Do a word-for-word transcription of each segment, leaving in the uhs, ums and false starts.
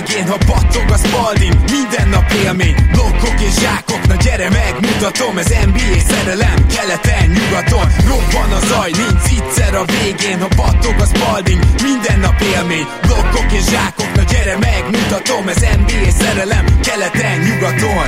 végén, ha battog a Spalding, minden nap élmény, blokkok és zsákok, na gyere megmutatom, ez en bé á szerelem, keleten, nyugaton, robban a zaj, nincs egyszer a végén, ha battog a Spalding, minden nap élmény, blokkok és zsákok, na gyere megmutatom, ez en bé á szerelem, keleten, nyugaton.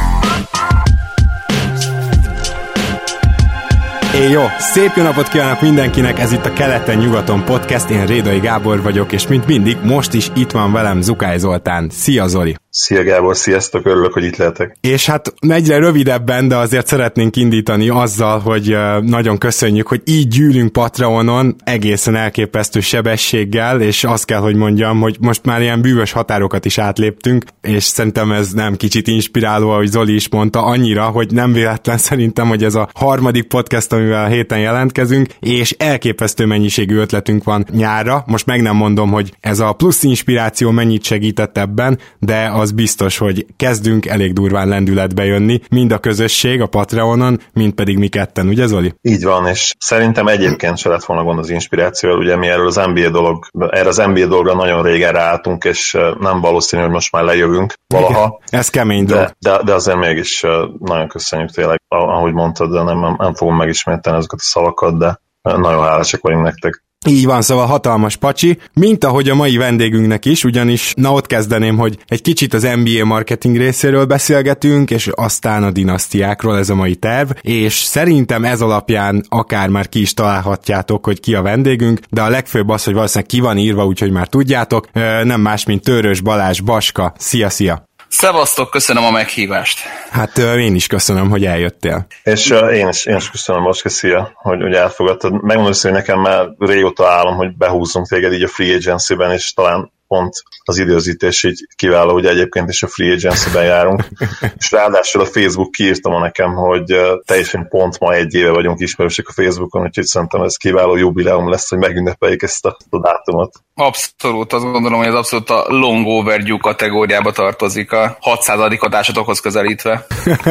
É, jó, szép jó napot kívánok mindenkinek, ez itt a Keleten-nyugaton podcast, én Rédai Gábor vagyok, és mint mindig, most is itt van velem Zukály Zoltán. Szia Zoli! Szia Gábor, sziasztok, örülök, hogy itt lehetek. És hát egyre rövidebben, de azért szeretnénk indítani azzal, hogy nagyon köszönjük, hogy így gyűlünk Patreonon egészen elképesztő sebességgel, és azt kell, hogy mondjam, hogy most már ilyen bűvös határokat is átléptünk, és szerintem ez nem kicsit inspiráló, ahogy Zoli is mondta, annyira, hogy nem véletlen szerintem, hogy ez a harmadik podcast, amivel a héten jelentkezünk, és elképesztő mennyiségű ötletünk van nyárra. Most meg nem mondom, hogy ez a plusz inspiráció mennyit segített ebben, de az biztos, hogy kezdünk elég durván lendületbe jönni, mind a közösség a Patreonon, mind pedig mi ketten, ugye Zoli? Így van, és szerintem egyébként se lett volna gond az inspirációval, ugye mi erről az en bé á dolog, erre az en bé á dologra nagyon régen ráálltunk, és nem valószínű, hogy most már lejövünk valaha. Ez kemény dolog. De, de, de azért mégis nagyon köszönjük tényleg, ahogy mondtad, de nem, nem fogom megismételni ezeket a szavakat, de nagyon hálásak vagyunk nektek. Így van, szóval hatalmas pacsi, mint ahogy a mai vendégünknek is, ugyanis na ott kezdeném, hogy egy kicsit az en bé á marketing részéről beszélgetünk, és aztán a dinasztiákról, ez a mai terv, és szerintem ez alapján akár már ki is találhatjátok, hogy ki a vendégünk, de a legfőbb az, hogy valószínűleg ki van írva, úgyhogy már tudjátok, nem más, mint Törős Balázs Baska. Szia, szia! Szevasztok, köszönöm a meghívást. Hát én is köszönöm, hogy eljöttél. És uh, én, is, én is köszönöm, Baska, szia, hogy, hogy elfogadtad. Megmondom, hogy nekem már régóta álom, hogy behúzzunk téged így a free agency-ben, és talán pont az időzítés így kiváló, hogy egyébként is a free agency-ben járunk. És ráadásul a Facebook kiírta ma nekem, hogy teljesen pont ma egy éve vagyunk ismerősök a Facebookon, úgyhogy szerintem ez kiváló jubileum lesz, hogy megünnepeljük ezt a, a dátumot. Abszolút, azt gondolom, hogy ez abszolút a long overdue kategóriába tartozik, a hatszázadik adásotokhoz közelítve.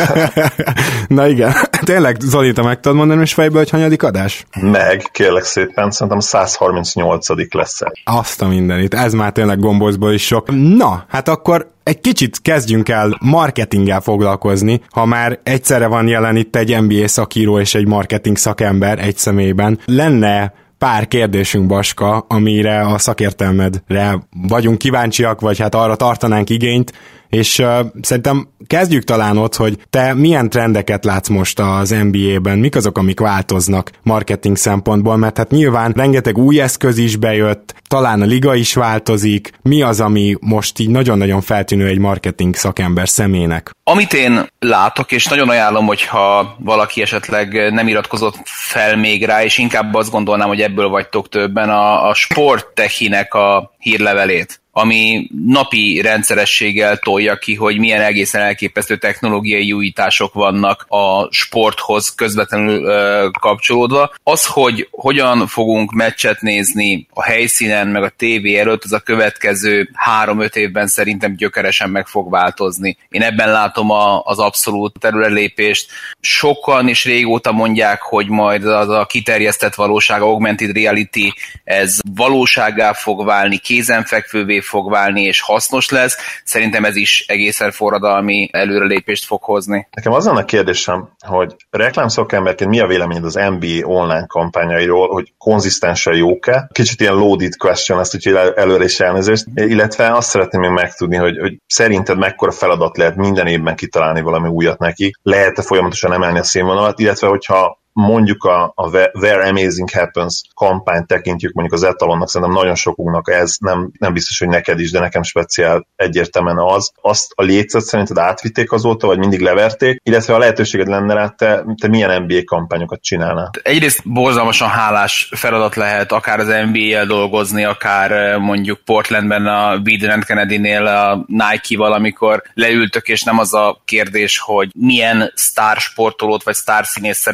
Na igen, tényleg Zoli, te meg tudod mondani és fejből, hogy hanyadik adás? Meg, kérlek szépen, szerintem száz harmincnyolcadik lesz el. Azt a mindenit, ez már tényleg gombózból is sok. Na, hát akkor egy kicsit kezdjünk el marketinggel foglalkozni, ha már egyszerre van jelen itt egy en bé á szakíró és egy marketing szakember egy személyben. Lenne pár kérdésünk, Baska, amire a szakértelmedre vagyunk kíváncsiak, vagy hát arra tartanánk igényt, és uh, szerintem kezdjük talán ott, hogy te milyen trendeket látsz most az en bé á-ben, mik azok, amik változnak marketing szempontból, mert hát nyilván rengeteg új eszköz is bejött, talán a liga is változik, mi az, ami most így nagyon-nagyon feltűnő egy marketing szakember személynek? Amit én látok, és nagyon ajánlom, hogyha valaki esetleg nem iratkozott fel még rá, és inkább azt gondolnám, hogy ebből vagytok többen, a, a sporttechinek a hírlevelét, ami napi rendszerességgel tolja ki, hogy milyen egészen elképesztő technológiai újítások vannak a sporthoz közvetlenül ö, kapcsolódva. Az, hogy hogyan fogunk meccset nézni a helyszínen, meg a tévé előtt, az a következő három-öt évben szerintem gyökeresen meg fog változni. Én ebben látom a, az abszolút előrelépést. Sokan és régóta mondják, hogy majd az a kiterjesztett valóság, augmented reality, ez valósággá fog válni, kézenfekvővé fog válni, és hasznos lesz. Szerintem ez is egészen forradalmi előrelépést fog hozni. Nekem az a kérdésem, hogy reklámszakemberként mi a véleményed az en bé á online kampányairól, hogy konzisztensen jók-e? Kicsit ilyen loaded question, ezt úgyhogy előre is elnézést, illetve azt szeretném még megtudni, hogy, hogy szerinted mekkora feladat lehet minden évben kitalálni valami újat neki? Lehet-e folyamatosan emelni a színvonalat, illetve hogyha mondjuk a, a Where Amazing Happens kampányt tekintjük mondjuk az etalonnak, szerintem nagyon sokunknak ez, nem, nem biztos, hogy neked is, de nekem speciál egyértelműen az. Azt a létszet szerinted átvitték azóta, vagy mindig leverték, illetve a lehetőséged lenne rá, te, te milyen en bé á kampányokat csinálnál? Egyrészt borzalmasan hálás feladat lehet akár az en bé á-el dolgozni, akár mondjuk Portlandben a Wieden Kennedy-nél a Nike-val, amikor leültök, és nem az a kérdés, hogy milyen sztár sportolót vagy sztár színész szerezetek meg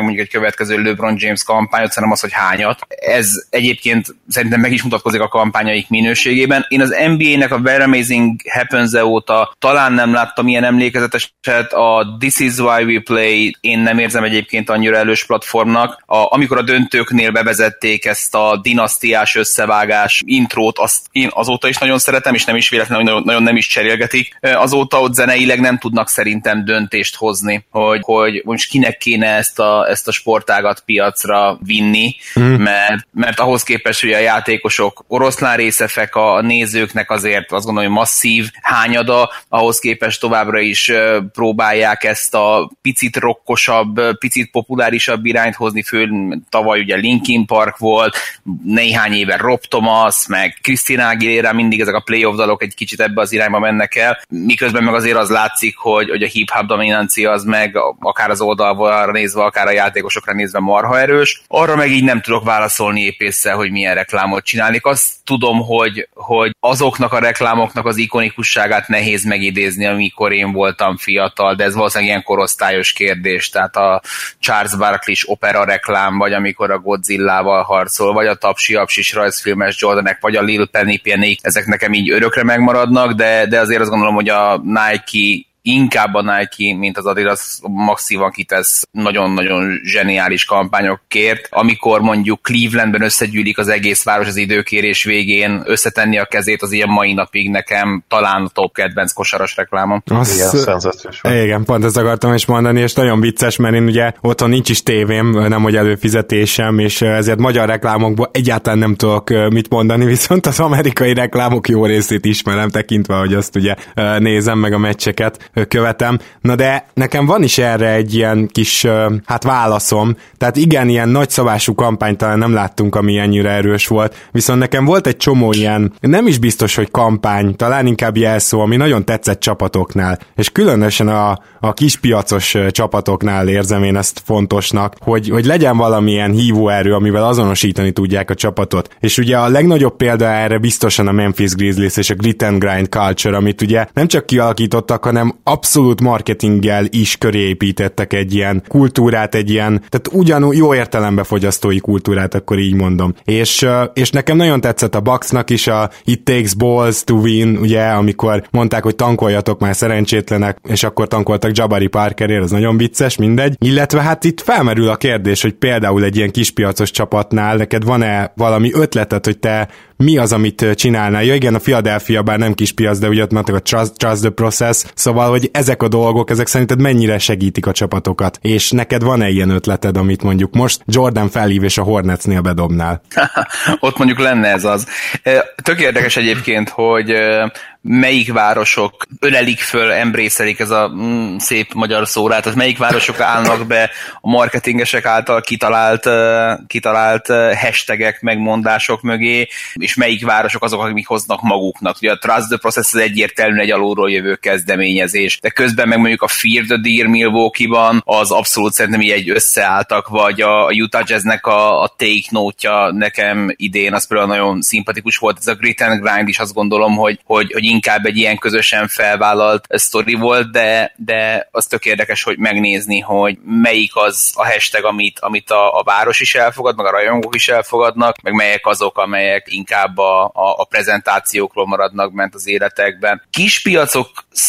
mondjuk egy következő LeBron James kampányot, szerintem az, hogy hányat. Ez egyébként szerintem meg is mutatkozik a kampányaik minőségében. Én az en bé á-nek a Where Amazing Happens óta talán nem láttam ilyen emlékezeteset, a This Is Why We Play én nem érzem egyébként annyira elős platformnak. A, amikor a döntőknél bevezették ezt a dinasztiás összevágás intrót, azt én azóta is nagyon szeretem, és nem is véletlenül, nagyon, nagyon nem is cserélgetik. Azóta ott zeneileg nem tudnak szerintem döntést hozni, hogy, hogy most kinek kéne ezt a, ezt a sportágat piacra vinni, mm. mert, mert ahhoz képest, hogy a játékosok oroszlán részefek, a nézőknek azért azt gondolom, hogy masszív hányada, ahhoz képest továbbra is próbálják ezt a picit rockosabb, picit populárisabb irányt hozni, föl tavaly ugye Linkin Park volt, néhány éve Rob Thomas, meg Christina Aguilera, mindig ezek a playoff dalok egy kicsit ebbe az irányba mennek el, miközben meg azért az látszik, hogy, hogy a hip-hop dominancia az meg akár az oldalra nézve, akár a játékosokra nézve marha erős. Arra meg így nem tudok válaszolni épésszel, hogy milyen reklámot csinálnék. Azt tudom, hogy, hogy azoknak a reklámoknak az ikonikusságát nehéz megidézni, amikor én voltam fiatal, de ez valószínűleg ilyen korosztályos kérdés, tehát a Charles Barkley-s opera reklám, vagy amikor a Godzillával harcol, vagy a tapsi-apsis rajzfilmes Jordanek, vagy a Lil Penny Penny, ezek nekem így örökre megmaradnak, de, de azért azt gondolom, hogy a Nike inkább a Nike, mint az Adidas masszívan kitesz nagyon-nagyon zseniális kampányokért. Amikor mondjuk Clevelandben összegyűlik az egész város az időkérés végén, összetenni a kezét, az ilyen mai napig nekem talán a top kedvenc kosaras reklámom. Az, igen, szenzációs. Igen, pont ezt akartam is mondani, és nagyon vicces, mert én ugye otthon nincs is tévém, nem hogy előfizetésem, és ezért magyar reklámokból egyáltalán nem tudok mit mondani, viszont az amerikai reklámok jó részét ismerem, tekintve, hogy azt ugye nézem meg a meccseket, követem. Na de nekem van is erre egy ilyen kis, hát válaszom, tehát igen, ilyen nagyszabású kampányt talán nem láttunk, ami ennyire erős volt, viszont nekem volt egy csomó ilyen, nem is biztos, hogy kampány, talán inkább jelszó, ami nagyon tetszett csapatoknál, és különösen a, a kispiacos csapatoknál érzem én ezt fontosnak, hogy, hogy legyen valamilyen hívóerő, amivel azonosítani tudják a csapatot. És ugye a legnagyobb példa erre biztosan a Memphis Grizzlies és a Grit and Grind Culture, amit ugye nem csak kialakítottak, hanem abszolút marketinggel is köré építettek egy ilyen kultúrát, egy ilyen, tehát ugyanúgy jó értelemben fogyasztói kultúrát, akkor így mondom. És, és nekem nagyon tetszett a Bucksnak is a It Takes Balls to Win, ugye, amikor mondták, hogy tankoljatok már szerencsétlenek, és akkor tankoltak Jabari Parkerért, az nagyon vicces, mindegy. Illetve hát itt felmerül a kérdés, hogy például egy ilyen kispiacos csapatnál neked van-e valami ötleted, hogy te mi az, amit csinálnál? Ja igen, a Philadelphia bár nem kis piac, de ugye ott mondtak a trust, trust the process, szóval, hogy ezek a dolgok, ezek szerinted mennyire segítik a csapatokat? És neked van-e ilyen ötleted, amit mondjuk most Jordan felhív és a Hornetsnél bedobnál? Ott mondjuk lenne ez az. Tök érdekes egyébként, hogy melyik városok ölelik föl, embrészelik, ez a mm, szép magyar szórát, tehát melyik városok állnak be a marketingesek által kitalált, kitalált hashtagek, megmondások mögé, és melyik városok azok, akik hoznak maguknak. Ugye a Trust the Process az egyértelműen egy alulról jövő kezdeményezés, de közben meg mondjuk a Fear the Deer Milwaukee-ban az abszolút szerintem így egy összeálltak, vagy a Utah Jazznek a, a Take Note-ja nekem idén, az például nagyon szimpatikus volt, ez a Grit and Grind is azt gondolom, hogy, hogy, hogy inkább egy ilyen közösen felvállalt sztori volt, de, de az tök érdekes, hogy megnézni, hogy melyik az a hashtag, amit, amit a, a város is elfogad, meg a rajongók is elfogadnak, meg melyek azok, amelyek inkább a, a, a prezentációkról maradnak bent az életekben. Kispiacok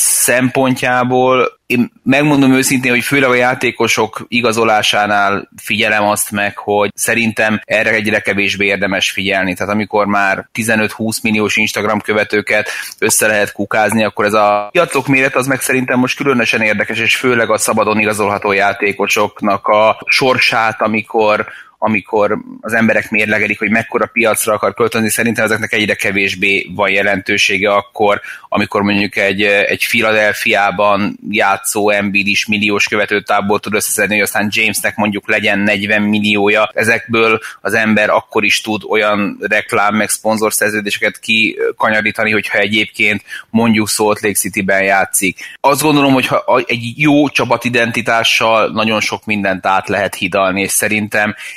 szempontjából én megmondom őszintén, hogy főleg a játékosok igazolásánál figyelem azt meg, hogy szerintem erre egyre kevésbé érdemes figyelni. Tehát amikor már tizenöt-húsz milliós Instagram követőket össze lehet kukázni, akkor ez a piacok méret az meg szerintem most különösen érdekes, és főleg a szabadon igazolható játékosoknak a sorsát, amikor amikor az emberek mérlegelik, hogy mekkora piacra akar költözni, szerintem ezeknek egyre kevésbé van jelentősége akkor, amikor mondjuk egy, egy Philadelphiában játszó Embiid-is milliós követőtából tud összeszedni, hogy aztán Jamesnek mondjuk legyen negyven milliója. Ezekből az ember akkor is tud olyan reklám meg szponzorszerződéseket kikanyarítani, hogyha egyébként mondjuk Salt Lake Cityben játszik. Azt gondolom, hogy ha egy jó csapatidentitással nagyon sok mindent át lehet hidalni, és szerintem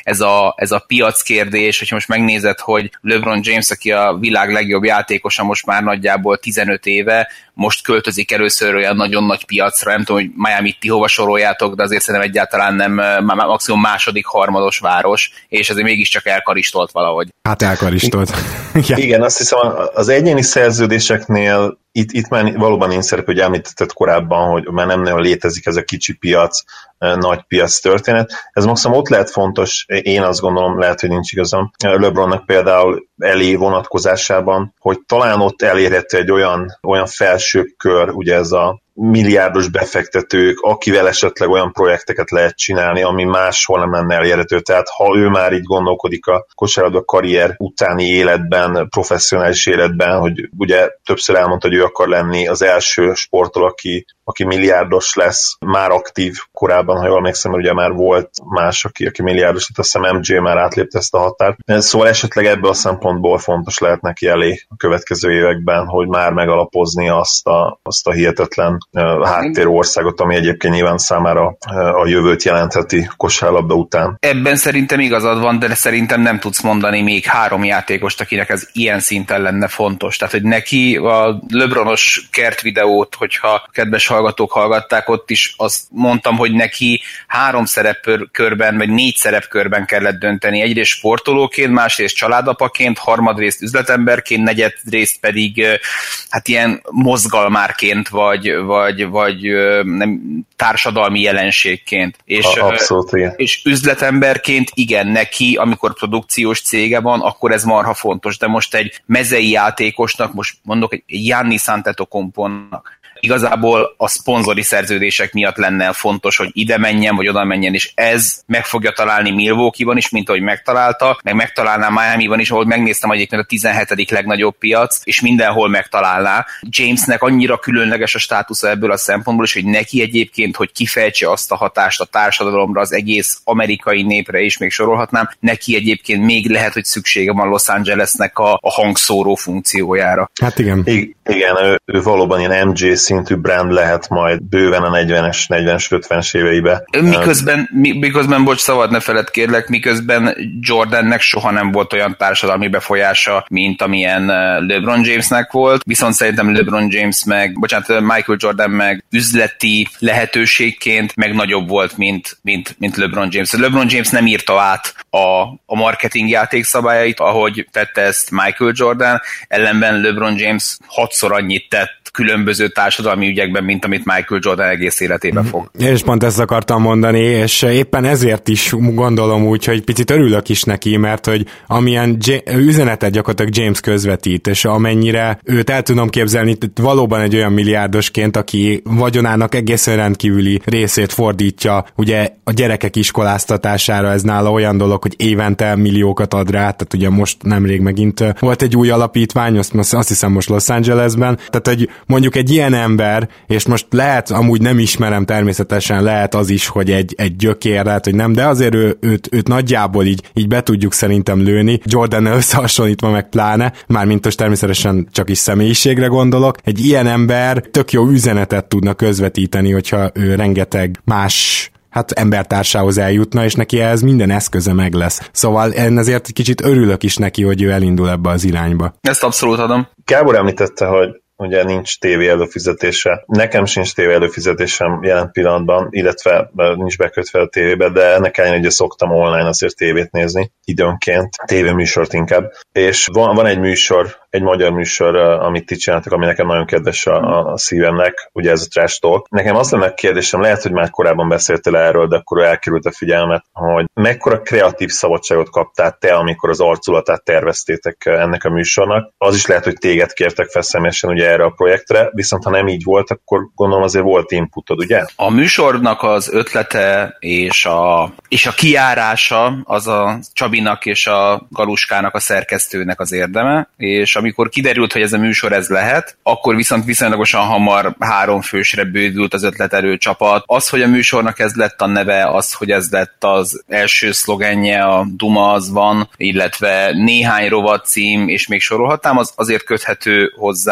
ez a, ez a piac kérdés, hogyha most megnézed, hogy LeBron James, aki a világ legjobb játékosa most már nagyjából tizenöt éve, most költözik először olyan nagyon nagy piacra, nem tudom, hogy Miami-t ti hova soroljátok, de azért szerintem egyáltalán nem, maximum második, harmados város, és azért mégiscsak elkaristolt valahogy. Hát elkaristolt. Igen. Igen, azt hiszem az egyéni szerződéseknél itt, itt már valóban én szerep, hogy említetted korábban, hogy már nem nagyon létezik ez a kicsi piac, nagy piac történet. Ez maximum ott lehet fontos, én azt gondolom, lehet, hogy nincs igazam, LeBronnak például elé vonatkozásában, hogy talán ott elérhető egy olyan, olyan felső kör, ugye ez a milliárdos befektetők, akivel esetleg olyan projekteket lehet csinálni, ami máshol nem lenne elérhető. Tehát ha ő már így gondolkodik a kosárlabda karrier utáni életben, professzionális életben, hogy ugye többször elmondta, hogy ő akar lenni az első sportoló, aki, aki milliárdos lesz, már aktív korábban, ha jól emlékszem, ugye már volt más, aki, aki milliárdos, azt hiszem em jé már átlépte ezt a határt. Szóval esetleg ebből a szempontból fontos lehet neki elé a következő években, hogy már megalapozni azt a, azt a hihetetlen háttérországot, ami egyébként nyilván számára a jövőt jelentheti kosárlabda után. Ebben szerintem igazad van, de szerintem nem tudsz mondani még három játékost, akinek ez ilyen szinten lenne fontos. Tehát, hogy neki a LeBronos kert videót, hogyha kedves hallgatók hallgatták, ott is azt mondtam, hogy neki három szerepkörben, vagy négy szerepkörben kellett dönteni. Egyrészt sportolóként, másrészt családapaként, harmadrészt üzletemberként, negyedrészt pedig hát ilyen mozgalmárként, vagy, vagy, vagy nem, társadalmi jelenségként. És, Abszolút, igen. És üzletemberként igen, neki, amikor produkciós cége van, akkor ez marha fontos, de most egy mezei játékosnak, most mondok egy Giannis Antetokounmponak, igazából a szponzori szerződések miatt lenne fontos, hogy ide menjen, vagy oda menjen, és ez meg fogja találni Milwaukee-ban is, mint ahogy megtalálta, meg megtalálná Miami-ban is, ahol megnéztem egyébként a tizenhetedik legnagyobb piac, és mindenhol megtalálná. Jamesnek annyira különleges a státusza ebből a szempontból is, hogy neki egyébként, hogy kifejtse azt a hatást a társadalomra, az egész amerikai népre is, még sorolhatnám, neki egyébként még lehet, hogy szüksége van Los Angelesnek a, a hangszóró funkciójára. Hát igen. I- igen, ő, ő valóban ilyen em jé szintű brand lehet majd bőven a negyvenes, negyvenes, ötvenes éveibe. Miközben, miközben, bocs, szabad ne feled kérlek, miközben Jordannek soha nem volt olyan társadalmi befolyása, mint amilyen LeBron Jamesnek volt, viszont szerintem LeBron James meg, bocsánat, Michael Jordan meg üzleti lehetőségként meg nagyobb volt, mint, mint, mint LeBron James. LeBron James nem írta át a, a marketing játékszabályait, ahogy tette ezt Michael Jordan, ellenben LeBron James hatszor annyit tett különböző társadalmi ügyekben, mint amit Michael Jordan egész életében fog. Én is pont ezt akartam mondani, és éppen ezért is gondolom úgy, hogy picit örülök is neki, mert hogy amilyen J- üzenetet gyakorlatilag James közvetít, és amennyire őt el tudom képzelni, valóban egy olyan milliárdosként, aki vagyonának egészen rendkívüli részét fordítja, ugye a gyerekek iskoláztatására, ez nála olyan dolog, hogy évente milliókat ad rá, tehát ugye most nemrég megint volt egy új alapítvány, azt, azt hiszem most Los Angelesben, tehát hogy mondjuk egy ilyen ember, és most lehet, amúgy nem ismerem természetesen, lehet az is, hogy egy, egy gyökér, lehet, hogy nem, de azért ő, őt, őt nagyjából így, így be tudjuk szerintem lőni, Jordannel összehasonlítva meg pláne, mármint most természetesen csak is személyiségre gondolok, egy ilyen ember tök jó üzenetet tudna közvetíteni, hogyha ő rengeteg más hát embertársához eljutna, és neki ehhez minden eszköze meg lesz. Szóval én ezért kicsit örülök is neki, hogy ő elindul ebbe az irányba. Ezt abszolút adom. Gábor említette, hogy ugye nincs tévé előfizetése. Nekem sincs tévé előfizetésem jelen pillanatban, illetve nincs bekötve a tévébe, de ennek ellenére ugye szoktam online azért tévét nézni, időnként, tévéműsort inkább. És van, van egy műsor, egy magyar műsor, amit ti csináltak, ami nekem nagyon kedves a, a szívemnek, ugye ez a Trash Talk. Nekem az lenne a kérdésem, lehet, hogy már korábban beszéltél erről, de akkor elkerült a figyelmet, hogy mekkora kreatív szabadságot kaptál te, amikor az arculatát terveztétek ennek a műsornak. Az is lehet, hogy téged kértek fel személyesen ugye erre a projektre, viszont ha nem így volt, akkor gondolom azért volt inputod, ugye? A műsornak az ötlete és a, és a kijárása az a Csabinak és a Galuskának, a szerkesztőnek az érdeme, és amikor kiderült, hogy ez a műsor ez lehet, akkor viszont viszonylagosan hamar három fősre bődült az ötletelő csapat. Az, hogy a műsornak ez lett a neve, az, hogy ez lett az első szlogenje, a Duma az van, illetve néhány rovatcím, és még sorolhatnám, az azért köthető hozzám, meg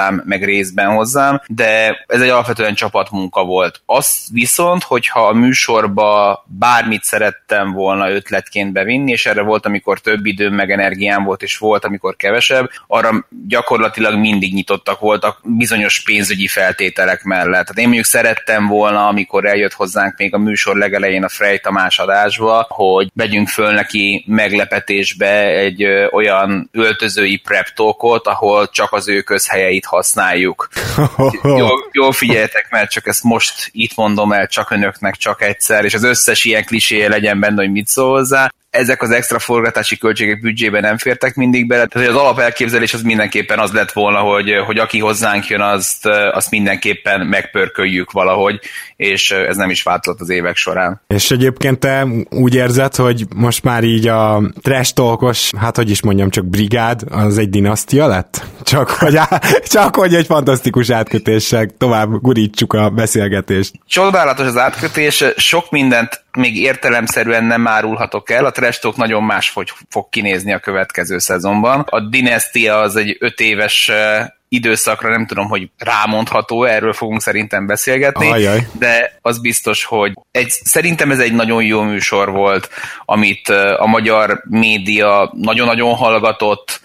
részben hozzám, de ez egy alapvetően csapatmunka volt. Az viszont, hogyha a műsorba bármit szerettem volna ötletként bevinni, és erre volt, amikor több időm meg energiám volt, és volt, amikor kevesebb, arra gyakorlatilag mindig nyitottak voltak bizonyos pénzügyi feltételek mellett. Tehát én mondjuk szerettem volna, amikor eljött hozzánk még a műsor legelején a Frey Tamás adásba, hogy vegyünk föl neki meglepetésbe egy ö, olyan öltözői prep talkot, ahol csak az ő közhelyeit használjuk. Jól, jól figyeljetek, mert csak ezt most itt mondom el, csak önöknek, csak egyszer, és az összes ilyen kliséje legyen benne, hogy mit szól hozzá. Ezek az extra forgatási költségek büdzsébe nem fértek mindig bele, tehát az alapelképzelés az mindenképpen az lett volna, hogy, hogy aki hozzánk jön, azt, azt mindenképpen megpörköljük valahogy, és ez nem is változott az évek során. És egyébként te úgy érzed, hogy most már így a trash talkos, hát hogy is mondjam, csak brigád, az egy dinasztia lett? Csak hogy, á, csak hogy egy fantasztikus átkötéssel tovább gurítsuk a beszélgetést. Csodálatos az átkötés, sok mindent még értelemszerűen nem árulhatok el, a trash talk nagyon más fog, fog kinézni a következő szezonban. A dinasztia az egy öt éves időszakra nem tudom, hogy rámondható, erről fogunk szerintem beszélgetni, Ajaj. de az biztos, hogy egy, szerintem ez egy nagyon jó műsor volt, amit a magyar média nagyon-nagyon hallgatott,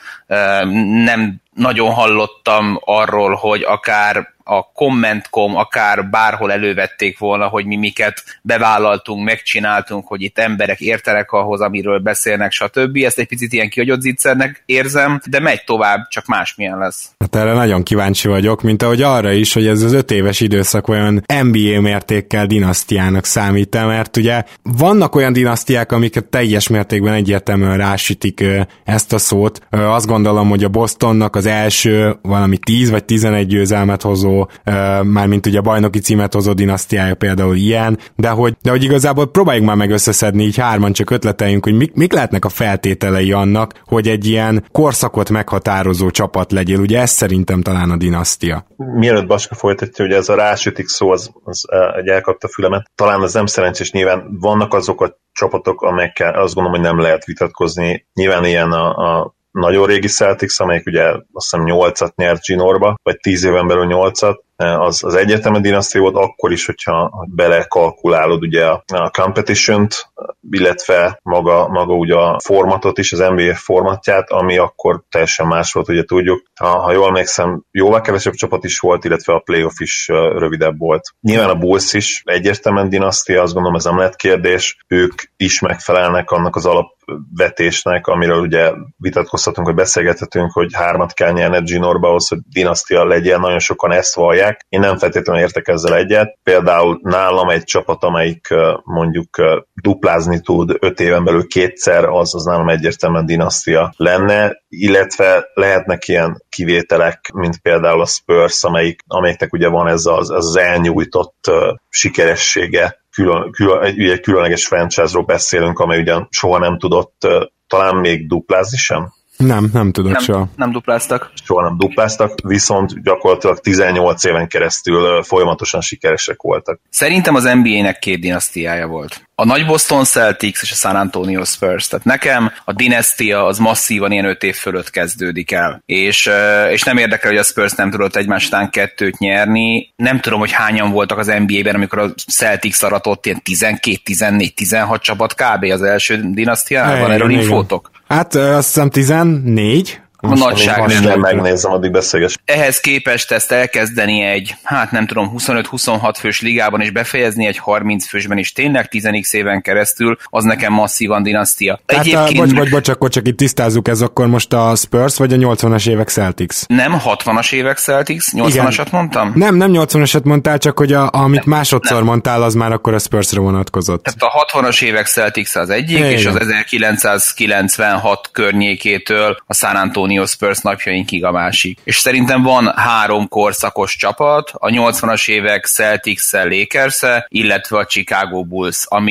nem nagyon hallottam arról, hogy akár a komment pont com, akár bárhol elővették volna, hogy mi miket bevállaltunk, megcsináltunk, hogy itt emberek értenek ahhoz, amiről beszélnek, stb. Ezt egy picit ilyen kihagyott zicsernek érzem, de megy tovább, csak másmilyen lesz. Hát erre nagyon kíváncsi vagyok, mint ahogy arra is, hogy ez az öt éves időszak olyan en bé á mértékkel dinasztiának számít, mert ugye vannak olyan dinasztiák, amiket teljes mértékben egyértelműen rásütik ezt a szót. Azt gondolom, hogy a Bostonnak az első valami tíz vagy tizenegy győzelmet hozó, mármint ugye a bajnoki címet hozó dinasztiája például ilyen, de hogy, de hogy igazából próbáljuk már meg összeszedni, így hárman csak ötleteljünk, hogy mik, mik lehetnek a feltételei annak, hogy egy ilyen korszakot meghatározó csapat legyél. Ugye ez szerintem talán a dinasztia. Mielőtt Baska folytatja, hogy ez a rásütik szó, az, az egy elkapta fülemet. Talán az nem szerencsés, nyilván vannak azok a csapatok, amelyekkel azt gondolom, hogy nem lehet vitatkozni. Nyilván ilyen a, a nagyon régi Celtics, amelyik ugye azt hiszem nyolcat nyert Ginorba, vagy tíz éven belül nyolcat, az, az egyértelmű dinasztia volt, akkor is, hogyha belekalkulálod ugye a, a competition-t, illetve maga, maga ugye a formatot is, az en bé á formatját, ami akkor teljesen más volt, ugye tudjuk. Ha, ha jól emlékszem, jóval kevesebb csapat is volt, illetve a playoff is rövidebb volt. Nyilván a Bulls is egyértelműen dinasztia, azt gondolom, ez nem lett kérdés. Ők is megfelelnek annak az alapvetésnek, amiről ugye vitatkozhatunk, hogy beszélgethetünk, hogy hármat kell nyerned Ginorba ahhoz, hogy dinasztia legyen, nagyon sokan ezt vallják. Én nem feltétlenül értek ezzel egyet. Például nálam egy csapat, amelyik mondjuk duplázni tud öt éven belül kétszer, az, az nálam egyértelműen dinasztia lenne, illetve lehetnek ilyen kivételek, mint például a Spurs, amelyik, amelyiknek ugye van ez az, ez az elnyújtott uh, sikeressége, külön, külön, egy, egy különleges franchise-ról beszélünk, amely ugyan soha nem tudott uh, talán még duplázni sem. Nem, nem tudok nem, soha. Nem dupláztak. Soha nem dupláztak, viszont gyakorlatilag tizennyolc éven keresztül folyamatosan sikeresek voltak. Szerintem az en bé á-nek két dinasztiája volt. A nagy Boston Celtics és a San Antonio Spurs. Tehát nekem a dinasztia az masszívan ilyen öt év fölött kezdődik el. És, és nem érdekel, hogy a Spurs nem tudott egymás után kettőt nyerni. Nem tudom, hogy hányan voltak az en bé á-ben, amikor a Celtics aratott ilyen tizenkét, tizennégy, tizenhat csapat kb. Az első dinasztiában. Van erről infótok? Hát azt hiszem tizennégy. A nagyságrend. Megnézem, addig beszélges. Ehhez képest ezt elkezdeni egy, hát nem tudom, huszonöt-huszonhat fős ligában, és befejezni egy harminc fősben is tényleg tíz éven keresztül, az nekem masszívan dinasztia. Hát Egyébként... bocs, bocs, bocs, akkor csak itt tisztázzuk, ez akkor most a Spurs, vagy a nyolcvanas évek Celtics? Nem, hatvanas évek Celtics, nyolcvanasat mondtam? Nem, nem nyolcvanasat mondtál, csak hogy a, amit nem, másodszor nem. mondtál, az már akkor a Spursre vonatkozott. Tehát a hatvanas évek Celtics az egyik, igen. És az ezerkilencszázkilencvenhat környékétől a San Antonio Spurs napjainkig a másik. És szerintem van három korszakos csapat, a nyolcvanas évek Celtics-szel, Lakers-szel, illetve a Chicago Bulls, ami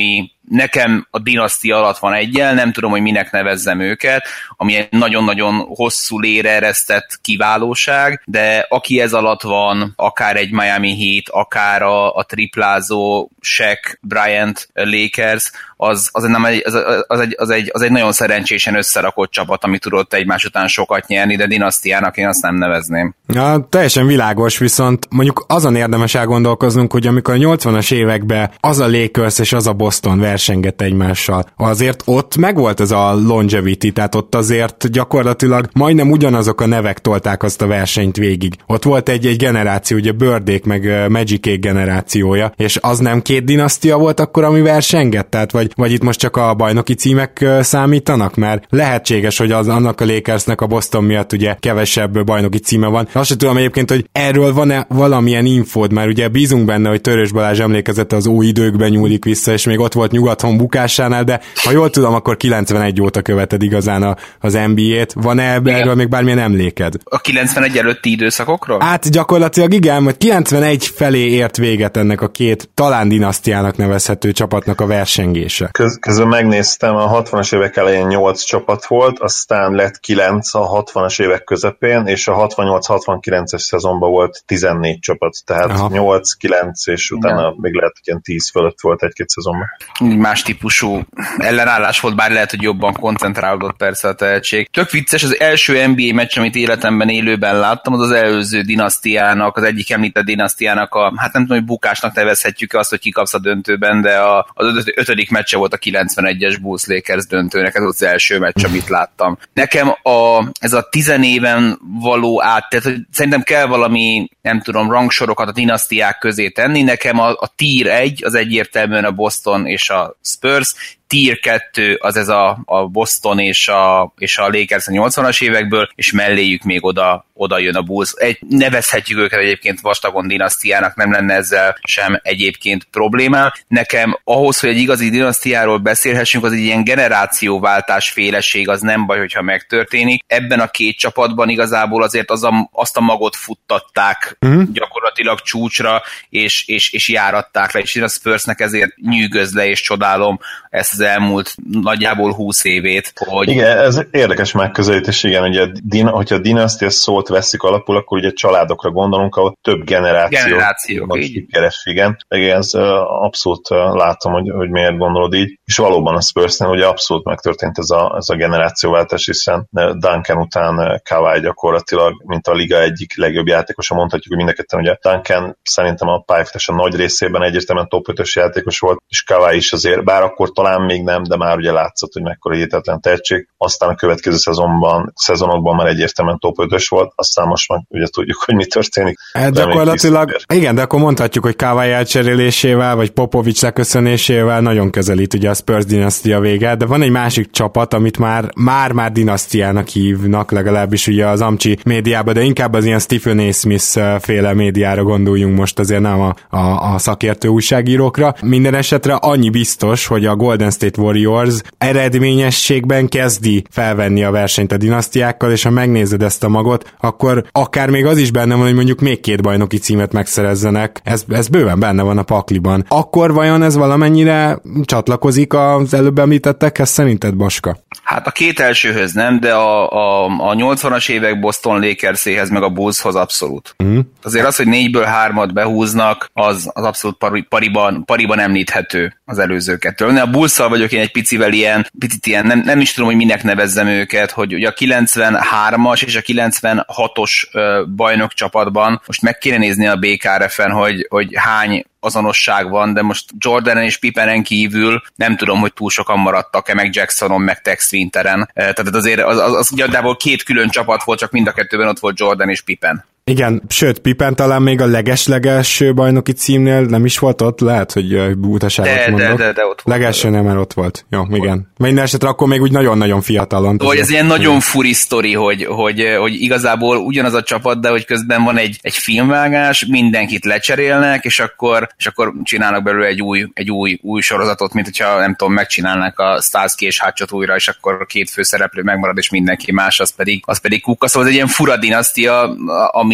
nekem a dinasztia alatt van egyel, nem tudom, hogy minek nevezzem őket, ami egy nagyon-nagyon hosszú lére eresztett kiválóság, de aki ez alatt van, akár egy Miami Heat, akár a, a triplázó Shaq, Bryant, Lakers, az, az, nem egy, az, az, egy, az, egy, az egy nagyon szerencsésen összerakott csapat, ami tudott egymás után sokat nyerni, de dinasztiának én azt nem nevezném. Ja, teljesen világos, viszont mondjuk azon érdemes elgondolkoznunk, hogy amikor a nyolcvanas években az a Lakers és az a Boston versengett egymással, azért ott megvolt ez a longevity, tehát ott azért gyakorlatilag majdnem ugyanazok a nevek tolták azt a versenyt végig. Ott volt egy, egy generáció, ugye Birdék meg Magic generációja, és az nem két dinasztia volt akkor, ami versengett, tehát vagy, vagy itt most csak a bajnoki címek számítanak, mert lehetséges, hogy az annak a Lakersnek a Boston miatt ugye kevesebb bajnoki címe van. Azt sem tudom egyébként, hogy erről van-e valamilyen infód, mert ugye bízunk benne, hogy Törös Balázs emlékezete az új időkben nyúlik vissza, és még ott volt Nyugaton bukásánál, de ha jól tudom, akkor kilencvenegy óta követed igazán a, az en bé á-t. Van-e erről még bármilyen emléked? A kilencvenegy előtti időszakokról? Hát gyakorlatilag igen, hogy kilencvenegy felé ért véget ennek a két talán dinasztiának nevezhető csapatnak a versengése. Köz, közben megnéztem, a hatvanas évek elején nyolc csapat volt, aztán lett kilenc a hatvanas évek közepén, és a hatvannyolc hatvankilences szezonban volt tizennégy csapat, tehát aha. nyolc kilenc, és utána igen. még lehet, hogy ilyen tíz fölött volt egy-két szezonban. Más típusú ellenállás volt, bár lehet, hogy jobban koncentrálódott persze a tehetség. Tök vicces, az első en bé á meccs, amit életemben élőben láttam, az az előző dinasztiának, az egyik említett dinasztiának a, hát nem tudom, hogy bukásnak nevezhetjük azt, hogy kikapsz a döntőben, de a, az ötödik meccse volt a kilencvenegyes Bulls Lakers döntőnek, ez volt az első meccs, amit láttam. Nekem a, ez a tizenéven való át, tehát hogy szerintem kell valami, nem tudom, rangsorokat a dinasztiák közé tenni, nekem a, a tier egy az egyértelműen a Boston és a Spurs, tier kettő az ez a, a Boston és a, és a Lakers a nyolcvanas évekből, és melléjük még oda, oda jön a Bulls. Egy, nevezhetjük őket egyébként vastagon dinasztiának, nem lenne ezzel sem egyébként problémám. Nekem ahhoz, hogy egy igazi dinasztiáról beszélhessünk, az egy ilyen generációváltás féleség, az nem baj, hogyha megtörténik. Ebben a két csapatban igazából azért az a, azt a magot futtatták uh-huh. gyakorlatilag csúcsra, és, és, és járatták le, és én a Spursnek ezért nyűgöz le, és csodálom ezt az elmúlt nagyjából húsz évét. Hogy... Igen, ez érdekes megközelítés, igen, ugye, hogyha a dinasztia szót veszik alapul, akkor ugye családokra gondolunk, ahol több generáció. Generációk, így. Keres, igen. igen. Ez abszolút látom, hogy, hogy miért gondolod így. És valóban a Spursnél ugye abszolút megtörtént ez a, ez a generációváltás, hiszen Duncan után Kawhi gyakorlatilag, mint a liga egyik legjobb játékosa, mondhatjuk, hogy mind a ketten, ugye Duncan szerintem a pályafutása nagy részében egyértelműen top ötös játékos volt, és Kawhi is azért, bár akkor talán még nem, de már ugye látszott, hogy mekkora hihetetlen tehetség. Aztán a következő szezonban, szezonokban már egyértelműen top ötös volt, aztán most már ugye tudjuk, hogy mi történik. Hát gyakorlatilag, igen, de akkor mondhatjuk, hogy Kawhi elcserélésével, vagy Popovics leköszönésével nagyon közelít ugye a Spurs dinasztia vége, de van egy másik csapat, amit már már-már dinasztiának hívnak, legalábbis ugye az Amcsi médiában, de inkább az ilyen Stephen A. Smith féle médiára gondoljunk most, azért nem a, a, a szakértő újságírókra. Minden esetre annyi biztos, hogy a Golden State Warriors eredményességben kezdi felvenni a versenyt a dinasztiákkal, és ha megnézed ezt a magot, akkor akár még az is benne van, hogy mondjuk még két bajnoki címet megszerezzenek. Ez, ez bőven benne van a pakliban. Akkor vajon ez valamennyire csatlakozik az előbb említettekhez, szerinted, Baska? Hát a két elsőhöz nem, de a, a, a nyolcvanas évek Boston Lakerséhez meg a Bullshoz abszolút. Mm. Azért az, hogy négyből hármat behúznak, az, az abszolút pari, pariban, pariban említhető az előzőkettől. A Bullsszal vagyok én egy picivel ilyen, picit ilyen, nem, nem is tudom, hogy minek nevezzem őket, hogy ugye a kilencvenhármas és a kilencvenhatos ö, bajnok csapatban most meg kéne nézni a bé ká er ef-en, hogy, hogy hány azonosság van, de most Jordanen és Pippenen kívül nem tudom, hogy túl sokan maradtak-e, meg Jacksonon, meg Tex Winteren. Tehát azért az, az, az gyakorlatilag két külön csapat volt, csak mind a kettőben ott volt Jordan és Pippen. Igen, sőt, Pippen talán még a leges-legelső bajnoki címnél nem is volt ott, lehet, hogy butaságot de, mondok. De, de, de ott volt. Legelső nem, mert ott volt. Jó, volt. Igen. Minden esetre akkor még úgy nagyon-nagyon fiatalon. Hogy ez ilyen nagyon furi sztori, hogy, hogy, hogy igazából ugyanaz a csapat, de hogy közben van egy, egy filmvágás, mindenkit lecserélnek, és akkor, és akkor csinálnak belőle egy új, egy új, új sorozatot, mint hogyha nem tudom, megcsinálnák a Starsky és Hutchot újra, és akkor a két főszereplő megmarad, és mindenki más, az pedig, az pedig kukka. Szóval ez egy ilyen fura dinasztia, ami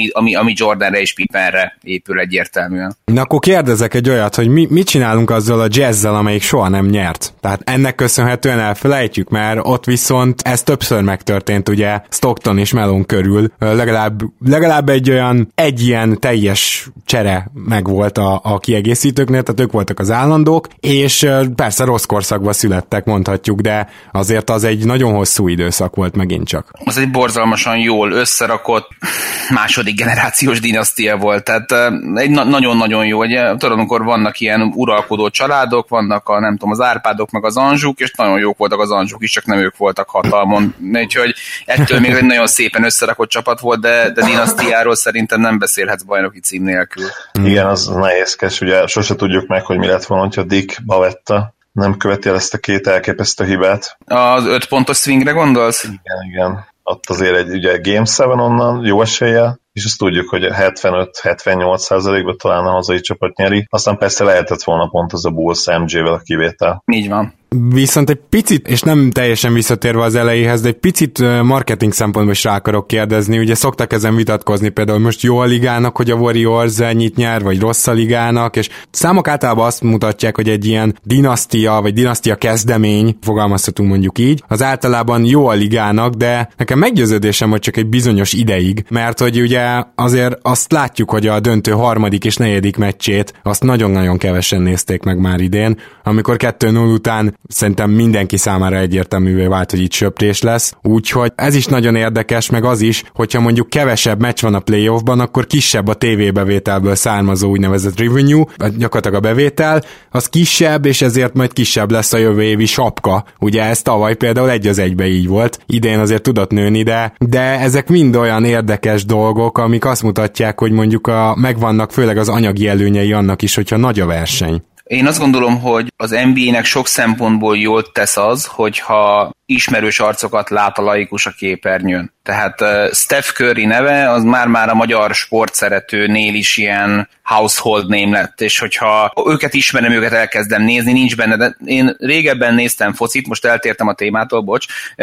ami, ami, ami Jordanre és Pippenre épül egyértelműen. Na akkor kérdezek egy olyat, hogy mi, mit csinálunk azzal a Jazzzel, amelyik soha nem nyert? Tehát ennek köszönhetően elfelejtjük, mert ott viszont ez többször megtörtént, ugye Stockton és Malone körül, legalább, legalább egy olyan, egy ilyen teljes csere megvolt a, a kiegészítőknél, tehát ők voltak az állandók, és persze rossz korszakban születtek, mondhatjuk, de azért az egy nagyon hosszú időszak volt megint csak. Az egy borzalmasan jól összerakott második generációs dinasztia volt, tehát egy na- nagyon-nagyon jó, ugye, tudod, amikor vannak ilyen uralkodó családok, vannak a, nem tudom, az Árpádok meg az Anzsuk, és nagyon jók voltak az Anzsuk is, csak nem ők voltak hatalmon, úgyhogy ettől még egy nagyon szépen összerakott csapat volt, de, de dinasztiáról szerintem nem beszélhetsz bajnoki cím nélkül. Igen, az nehézkes, ugye sose tudjuk meg, hogy mi lett volna, hogyha Dick Bavetta nem követi el ezt a két elképesztő hibát. Az öt pontos swingre gondolsz? Igen, igen. Ott azért egy ugye Game seven onnan jó eséllyel, és azt tudjuk, hogy hetvenöt-hetvennyolc százalékban talán a hazai csapat nyeri. Aztán persze lehetett volna pont az a Bulls em jé-vel a kivétel. Így van. Viszont egy picit, és nem teljesen visszatérve az elejéhez, de egy picit marketing szempontból is rá akarok kérdezni. Ugye szoktak ezen vitatkozni, például most jó a ligának, hogy a Warriors ennyit nyer, vagy rossz a ligának, és számok általában azt mutatják, hogy egy ilyen dinasztia, vagy dinasztia kezdemény, fogalmazhatunk mondjuk így, az általában jó a ligának, de nekem meggyőződésem, hogy csak egy bizonyos ideig, mert hogy ugye azért azt látjuk, hogy a döntő harmadik és negyedik meccsét azt nagyon-nagyon kevesen nézték meg már idén, amikor kettő null után szerintem mindenki számára egyértelművé vált, hogy itt söprés lesz, úgyhogy ez is nagyon érdekes, meg az is, hogyha mondjuk kevesebb meccs van a playoffban, akkor kisebb a tévébevételből származó úgynevezett revenue, gyakorlatilag a bevétel, az kisebb, és ezért majd kisebb lesz a jövő évi sapka. Ugye ez tavaly például egy az egybe így volt, idén azért tudott nőni, de, de ezek mind olyan érdekes dolgok, amik azt mutatják, hogy mondjuk a, megvannak főleg az anyagi előnyei annak is, hogyha nagy a verseny. Én azt gondolom, hogy az en bé á-nek sok szempontból jól tesz az, hogyha ismerős arcokat lát a laikus a képernyőn. Tehát uh, Steph Curry neve az már-már a magyar sportszeretőnél is ilyen household name lett, és hogyha őket ismerem, őket elkezdem nézni, nincs benne, de én régebben néztem focit, most eltértem a témától, bocs,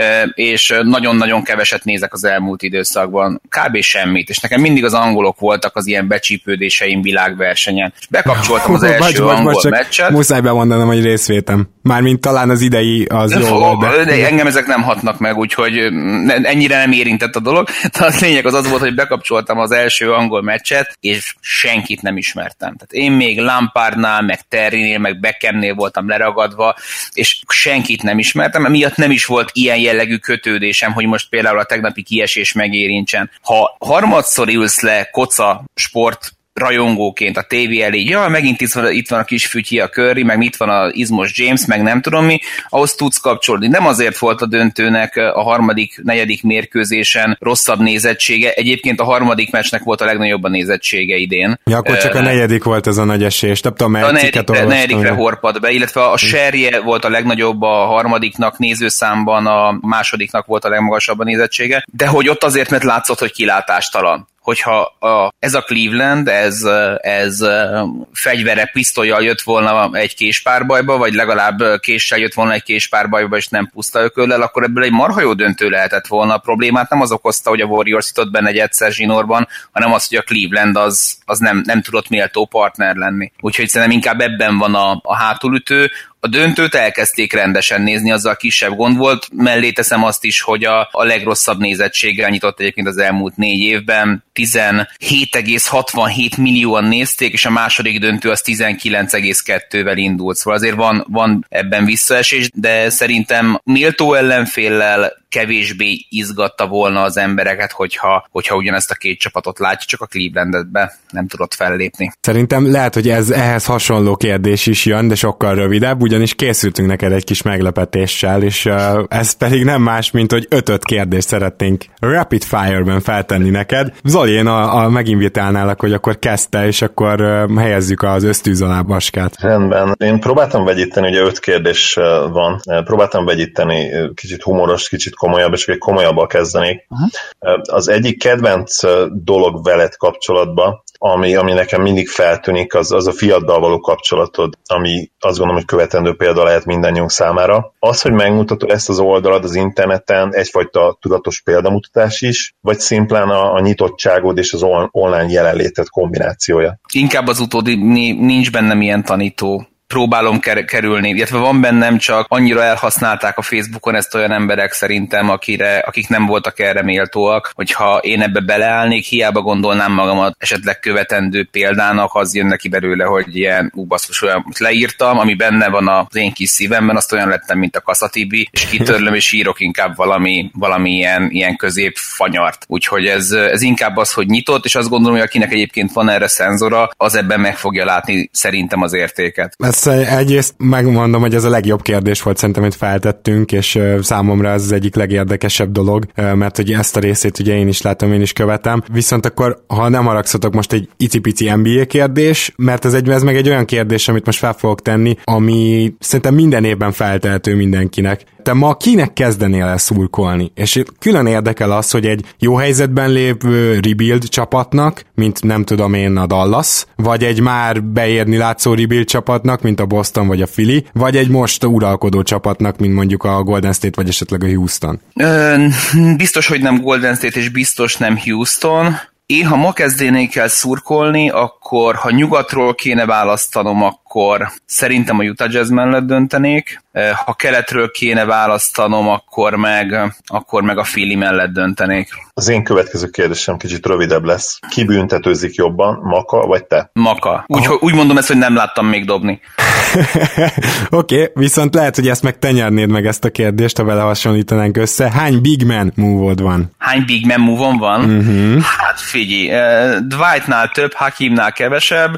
és nagyon-nagyon keveset nézek az elmúlt időszakban, kb. Semmit, és nekem mindig az angolok voltak az ilyen becsípődéseim világversenyen. És bekapcsoltam az első bacs, angol bacs, meccset. Muszáj bemondanom, hogy részvétem. Mármint talán az idei az de jó volt, de... de engem ezek nem hatnak meg, úgyhogy ennyire nem érintett a dolog. De a lényeg az az volt, hogy bekapcsoltam az első angol meccset, és senkit nem ismertem. Tehát én még Lampardnál, meg Terrynél, meg Beckhamnél voltam leragadva, és senkit nem ismertem, emiatt nem is volt ilyen jellegű kötődésem, hogy most például a tegnapi kiesés megérintsen. Ha harmadszor ülsz le koca sport rajongóként a tévé elé, ja, megint itt van, itt van a kis fütyi, a Curry, meg itt van az izmos James, meg nem tudom mi, ahhoz tudsz kapcsolni. Nem azért volt a döntőnek a harmadik, negyedik mérkőzésen rosszabb nézettsége, egyébként a harmadik meccsnek volt a legnagyobb a nézettsége idén. Ja, akkor csak uh, a negyedik volt ez a nagy esély, nem tudom, a negyedikre, negyedikre horpad be, illetve a serje volt a legnagyobb a harmadiknak nézőszámban, a másodiknak volt a legmagasabb a nézettsége, de hogy ott azért, mert látszott, hogy kilátástalan. Hogyha a, ez a Cleveland, ez, ez fegyvere, pisztollyal jött volna egy késpárbajba, vagy legalább késsel jött volna egy késpárbajba, és nem puszta ököllel, akkor ebből egy marha jó döntő lehetett volna. A problémát nem az okozta, hogy a Warriors jutott benne egy egyszer zsinórban, hanem az, hogy a Cleveland az, az nem, nem tudott méltó partner lenni. Úgyhogy szerintem inkább ebben van a, a hátulütő. A döntőt elkezdték rendesen nézni, azzal kisebb gond volt. Mellé teszem azt is, hogy a, a legrosszabb nézettséggel nyitott egyébként az elmúlt négy évben. tizenhét egész hatvanhét millióan nézték, és a második döntő az tizenkilenc egész kettővel indult. Szóval azért van, van ebben visszaesés, de szerintem méltó ellenféllel kevésbé izgatta volna az embereket, hogyha, hogyha ugyanezt a két csapatot látja, csak a Clevelandbe nem tudott fellépni. Szerintem lehet, hogy ez ehhez hasonló kérdés is jön, de sokkal rövidebb, ugyanis készültünk neked egy kis meglepetéssel, és uh, ez pedig nem más, mint hogy ötöt kérdést szeretnénk rapid fire-ben feltenni neked. Zoli, én a, a meginvitálnálak, hogy akkor kezdte, és akkor uh, helyezzük az ösztűz alá Baskát. Rendben. Én próbáltam vegyíteni, ugye öt kérdés van, próbáltam vegyíteni kicsit humoros, kicsit komolyabb, és egy komolyabbal kezdenék. Uh-huh. Az egyik kedvenc dolog veled kapcsolatban ami, ami nekem mindig feltűnik, az, az a fiaddal való kapcsolatod, ami azt gondolom, hogy követendő példa lehet mindannyiunk számára. Az, hogy megmutatod ezt az oldalad az interneten, egyfajta tudatos példamutatás is, vagy szimplán a, a nyitottságod és az on, online jelenléted kombinációja? Inkább az utóbbi, nincs bennem ilyen tanító. Próbálom kerülni, illetve van bennem, csak annyira elhasználták a Facebookon ezt olyan emberek szerintem, akire, akik nem voltak erre méltóak, hogyha én ebbe beleállnék, hiába gondolnám magamat esetleg követendő példának, az jön neki belőle, hogy ilyen ú, basszus, olyan leírtam, ami benne van az én kis szívemben, azt olyan lettem, mint a Kaszatibi, és kitörlöm, és írok inkább valami, valami ilyen, ilyen középfanyart. Úgyhogy ez, ez inkább az, hogy nyitott, és azt gondolom, hogy akinek egyébként van erre szenzora, az ebben meg fogja látni szerintem az értéket. Ezt egyrészt megmondom, hogy ez a legjobb kérdés volt szerintem, amit feltettünk, és számomra ez az egyik legérdekesebb dolog, mert hogy ezt a részét ugye én is látom, én is követem. Viszont akkor, ha nem haragszatok, most egy icipici en bé á kérdés, mert ez, egy, ez meg egy olyan kérdés, amit most fel fogok tenni, ami szerintem minden évben feltehető mindenkinek. Te ma kinek kezdenél el szurkolni? És külön érdekel az, hogy egy jó helyzetben lévő rebuild csapatnak, mint nem tudom én a Dallas, vagy egy már beérni látszó rebuild csapatnak, mint a Boston vagy a Philly, vagy egy most uralkodó csapatnak, mint mondjuk a Golden State vagy esetleg a Houston? Ö, biztos, hogy nem Golden State, és biztos nem Houston. Én, ha ma kezdenék el szurkolni, akkor ha nyugatról kéne választanom, akkor szerintem a Utah Jazz mellett döntenék. Ha keletről kéne választanom, akkor meg, akkor meg a Philly mellett döntenék. Az én következő kérdésem kicsit rövidebb lesz. Ki büntetőzik jobban, Maka vagy te? Maka. Úgy, úgy mondom ezt, hogy nem láttam még dobni. Oké, okay, viszont lehet, hogy ezt meg te nyernéd meg ezt a kérdést, ha vele hasonlítanánk össze. Hány big man move-od van? Hány big man move-on van? Uh-huh. Hát figyelj, uh, Dwightnál több, Hakimnál kevesebb.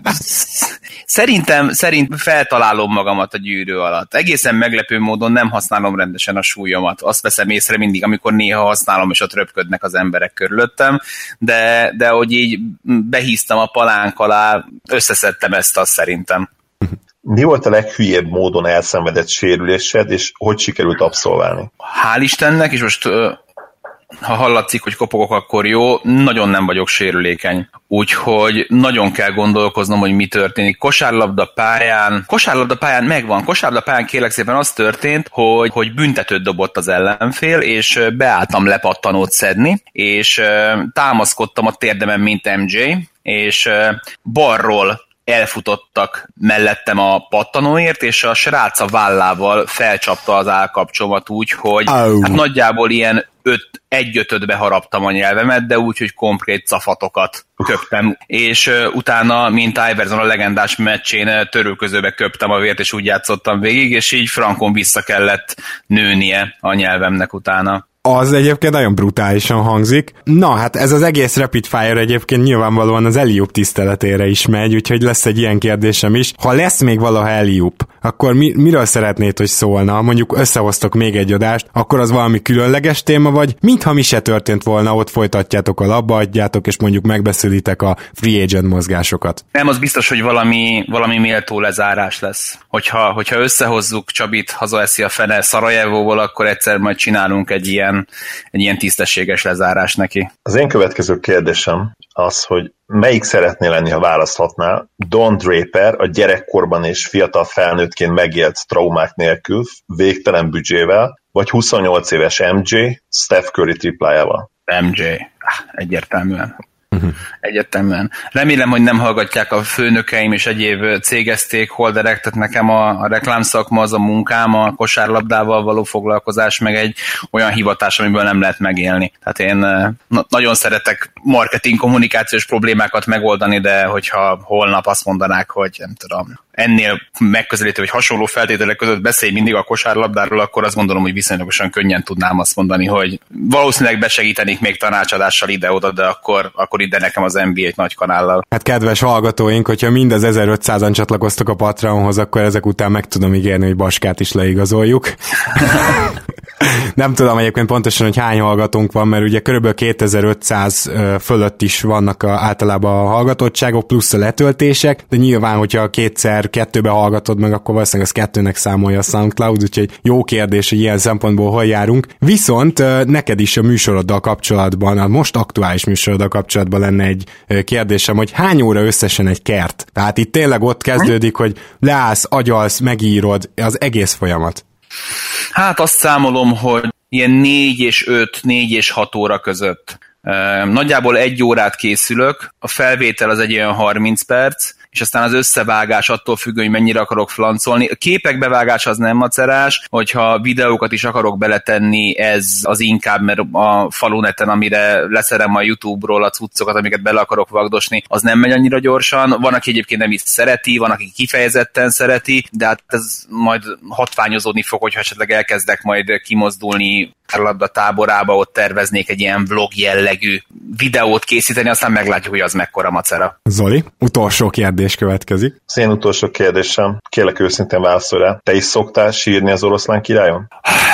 Szerintem, szerintem feltalálom magamat a gyűrű alatt. Egészen meglepő módon nem használom rendesen a súlyomat. Azt veszem észre mindig, amikor néha használom, és ott röpködnek az emberek körülöttem, de, de hogy így behíztam a palánk alá, összeszedtem ezt azt szerintem. Mi volt a leghülyébb módon elszenvedett sérülésed, és hogy sikerült abszolválni? Hál' Istennek, és most ha hallatszik, hogy kopogok, akkor jó, nagyon nem vagyok sérülékeny. Úgyhogy nagyon kell gondolkoznom, hogy mi történik. Kosárlabda pályán, kosárlabda pályán megvan, kosárlabda pályán kérlek szépen az történt, hogy, hogy büntetőt dobott az ellenfél, és beálltam lepattanót szedni, és támaszkodtam a térdemen, mint em jé, és balról elfutottak mellettem a pattanóért, és a srác a vállával felcsapta az állkapcsomat úgy, hogy oh. hát nagyjából ilyen öt, egy ötödbe haraptam a nyelvemet, de úgy, hogy konkrét cafatokat köptem, és uh, utána, mint Iverson a legendás meccsén uh, törőközőbe köptem a vért, és úgy játszottam végig, és így frankon vissza kellett nőnie a nyelvemnek utána. Az egyébként nagyon brutálisan hangzik. Na, hát ez az egész Rapid Fire egyébként nyilvánvalóan az alley-oop tiszteletére is megy, úgyhogy lesz egy ilyen kérdésem is. Ha lesz még valaha alley-oop, akkor mi, miről szeretnéd, hogy szólna? Mondjuk összehoztok még egy adást, akkor az valami különleges téma, vagy mintha mi se történt volna, ott folytatjátok a labba, adjátok, és mondjuk megbeszélitek a free agent mozgásokat. Nem, az biztos, hogy valami, valami méltó lezárás lesz. Hogyha, hogyha összehozzuk Csabit, hazaeszi a fene Szarajevóból, akkor egyszer majd csinálunk egy ilyen egy ilyen tisztességes lezárás neki. Az én következő kérdésem az, hogy melyik szeretnél lenni, ha választhatnál? Don Draper a gyerekkorban és fiatal felnőttként megélt traumák nélkül, végtelen büdzsével, vagy huszonnyolc éves em jé Steph Curry triplájával? em jé. Egyértelműen. Uh-huh. Egyértelműen. Remélem, hogy nem hallgatják a főnökeim és egyéb céges stakeholderek, tehát nekem a, a reklámszakma az a munkám, a kosárlabdával való foglalkozás, meg egy olyan hivatás, amiből nem lehet megélni. Tehát én na, nagyon szeretek marketing kommunikációs problémákat megoldani, de hogyha holnap azt mondanák, hogy nem tudom, ennél megközelítő, vagy hasonló feltételek között beszélj mindig a kosárlabdáról, akkor azt gondolom, hogy viszonylagosan könnyen tudnám azt mondani, hogy valószínűleg besegítenék még tanácsadással ide-oda, de akkor, akkor ide nekem az en bé á egy nagy kanállal. Hát kedves hallgatóink, hogyha mind az ezerötszázan csatlakoztok a Patreonhoz, akkor ezek után meg tudom ígérni, hogy Baskát is leigazoljuk. Nem tudom egyébként pontosan, hogy hány hallgatónk van, mert ugye körülbelül kétezer-ötszáz fölött is vannak a, általában a hallgatottságok, plusz a letöltések, de nyilván, hogyha kétszer kettőbe hallgatod meg, akkor valószínűleg az kettőnek számolja a SoundCloud, úgyhogy jó kérdés, hogy ilyen szempontból hol járunk. Viszont neked is a műsoroddal kapcsolatban, a most aktuális műsoroddal kapcsolatban lenne egy kérdésem, hogy hány óra összesen egy kert? Tehát itt tényleg ott kezdődik, hogy leállsz, agyalsz, megírod, az egész folyamat. Hát azt számolom, hogy ilyen négy és öt, négy és hat óra között. Nagyjából egy órát készülök, a felvétel az egy olyan harminc perc, és aztán az összevágás attól függ, hogy mennyire akarok flancolni. A képek bevágása az nem macerás, hogyha videókat is akarok beletenni, ez az inkább, mert a faluneten, amire leszerem a YouTube-ról a cuccokat, amiket bele akarok vagdosni, az nem megy annyira gyorsan. Van, aki egyébként nem is szereti, van, aki kifejezetten szereti, de hát ez majd hatványozódni fog, hogyha esetleg elkezdek majd kimozdulni labda táborába, ott terveznék egy ilyen vlog jellegű videót készíteni, aztán meglátjuk, hogy az mekkora macera. Zoli, utolsó kérdés következik. Az én utolsó kérdésem, kérlek őszintén válaszolj rá. Te is szoktál sírni az Oroszlán királyon?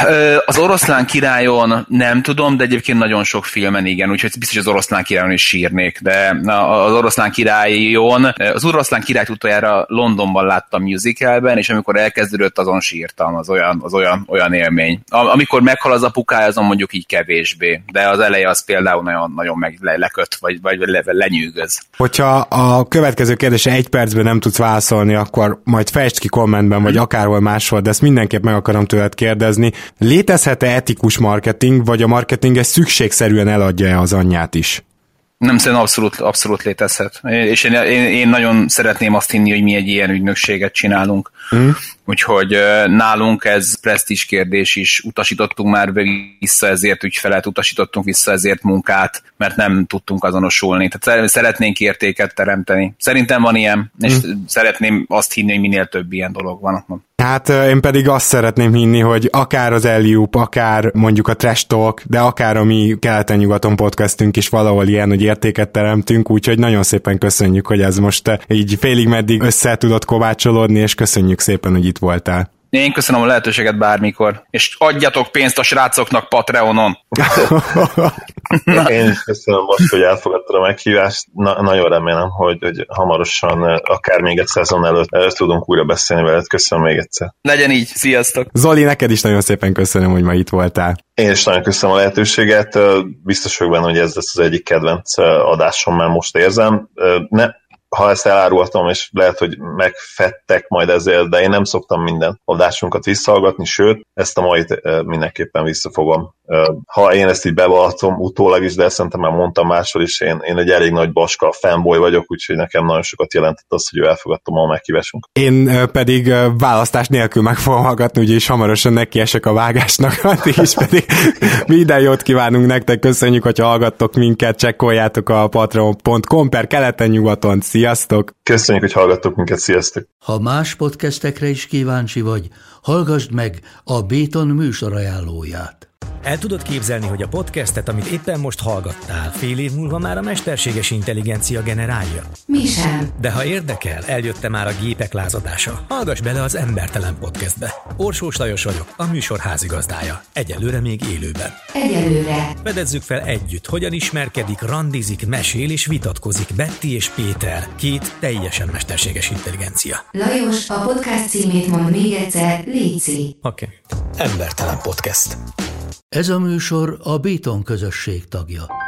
Az Oroszlán királyon nem tudom, de egyébként nagyon sok filmen igen, úgyhogy biztos az Oroszlán királyon is sírnék, de az Oroszlán királyon, az Oroszlán királyt utoljára Londonban láttam musicalben, és amikor elkezdődött, azon sírtam, az olyan, az olyan, olyan élmény. Amikor meghal az apukája, azon mondjuk így kevésbé, de az eleje az például nagyon, nagyon meg le, leköt, vagy, vagy le, lenyűgöz. Hogyha a következő kérdésre egy percben nem tudsz válaszolni, akkor majd fejtsd ki kommentben, vagy akárhol máshol, de ezt mindenképp meg akarom tőled kérdezni. Létezhet-e etikus marketing, vagy a marketing ez szükségszerűen eladja-e az anyját is? Nem, szerintem abszolút, abszolút létezhet. És én, én, én nagyon szeretném azt hinni, hogy mi egy ilyen ügynökséget csinálunk. Mm. Úgyhogy nálunk ez presztízs kérdés is, utasítottunk már vissza ezért ügyfelet, utasítottunk vissza ezért munkát, mert nem tudtunk azonosulni. Tehát szeretnénk értéket teremteni. Szerintem van ilyen, és mm. szeretném azt hinni, hogy minél több ilyen dolog van. Hát én pedig azt szeretném hinni, hogy akár az Eliup, akár mondjuk a Trash Talk, de akár a mi Keleten-nyugaton podcastünk is valahol ilyen, hogy értéket teremtünk, úgyhogy nagyon szépen köszönjük, hogy ez most így félig meddig össze tudott kovácsolódni, és köszönjük szépen, hogy itt voltál. Én köszönöm a lehetőséget bármikor, és adjatok pénzt a srácoknak Patreonon. Én is köszönöm most, hogy elfogadtad a meghívást. Na, nagyon remélem, hogy, hogy hamarosan, akár még egy szezon előtt el tudunk újra beszélni veled. Köszönöm még egyszer. Legyen így, sziasztok! Zoli, neked is nagyon szépen köszönöm, hogy ma itt voltál. Én is nagyon köszönöm a lehetőséget. Biztos vagyok benne, hogy ez lesz az egyik kedvenc adásom, már most érzem. Ne, ha ezt elárultam, és lehet, hogy megfettek majd ezért, de én nem szoktam minden adásunkat visszahallgatni, sőt, ezt a mait mindenképpen visszafogom. Ha én ezt így bevallatom utólag is, de szerintem már mondtam máshol is, én, én egy elég nagy Baska fanboy vagyok, úgyhogy nekem nagyon sokat jelentett az, hogy ő elfogadta a meghívásunkat. Én pedig választás nélkül meg fogom hallgatni, úgyis hamarosan nekiesek a vágásnak, addig is pedig minden jót kívánunk nektek, köszönjük, hogy hallgattok minket, csekkoljátok a patreon pont com per keleten-nyugaton. Sziasztok! Köszönjük, hogy hallgattok minket, sziasztok! Ha más podcastekre is kíváncsi vagy, hallgassd meg a Béton műsor ajánlóját. El tudod képzelni, hogy a podcastet, amit éppen most hallgattál, fél év múlva már a mesterséges intelligencia generálja? Mi sem. De ha érdekel, eljött már a gépek lázadása. Hallgass bele az Embertelen Podcastbe. Orsós Lajos vagyok, a műsor házigazdája. Egyelőre még élőben. Egyelőre. Fedezzük fel együtt, hogyan ismerkedik, randizik, mesél és vitatkozik Betty és Péter, két teljesen mesterséges intelligencia. Lajos, a podcast címét mond még egyszer, léci. Oké. Okay. Embertelen Podcast. Ez a műsor a Béton közösség tagja.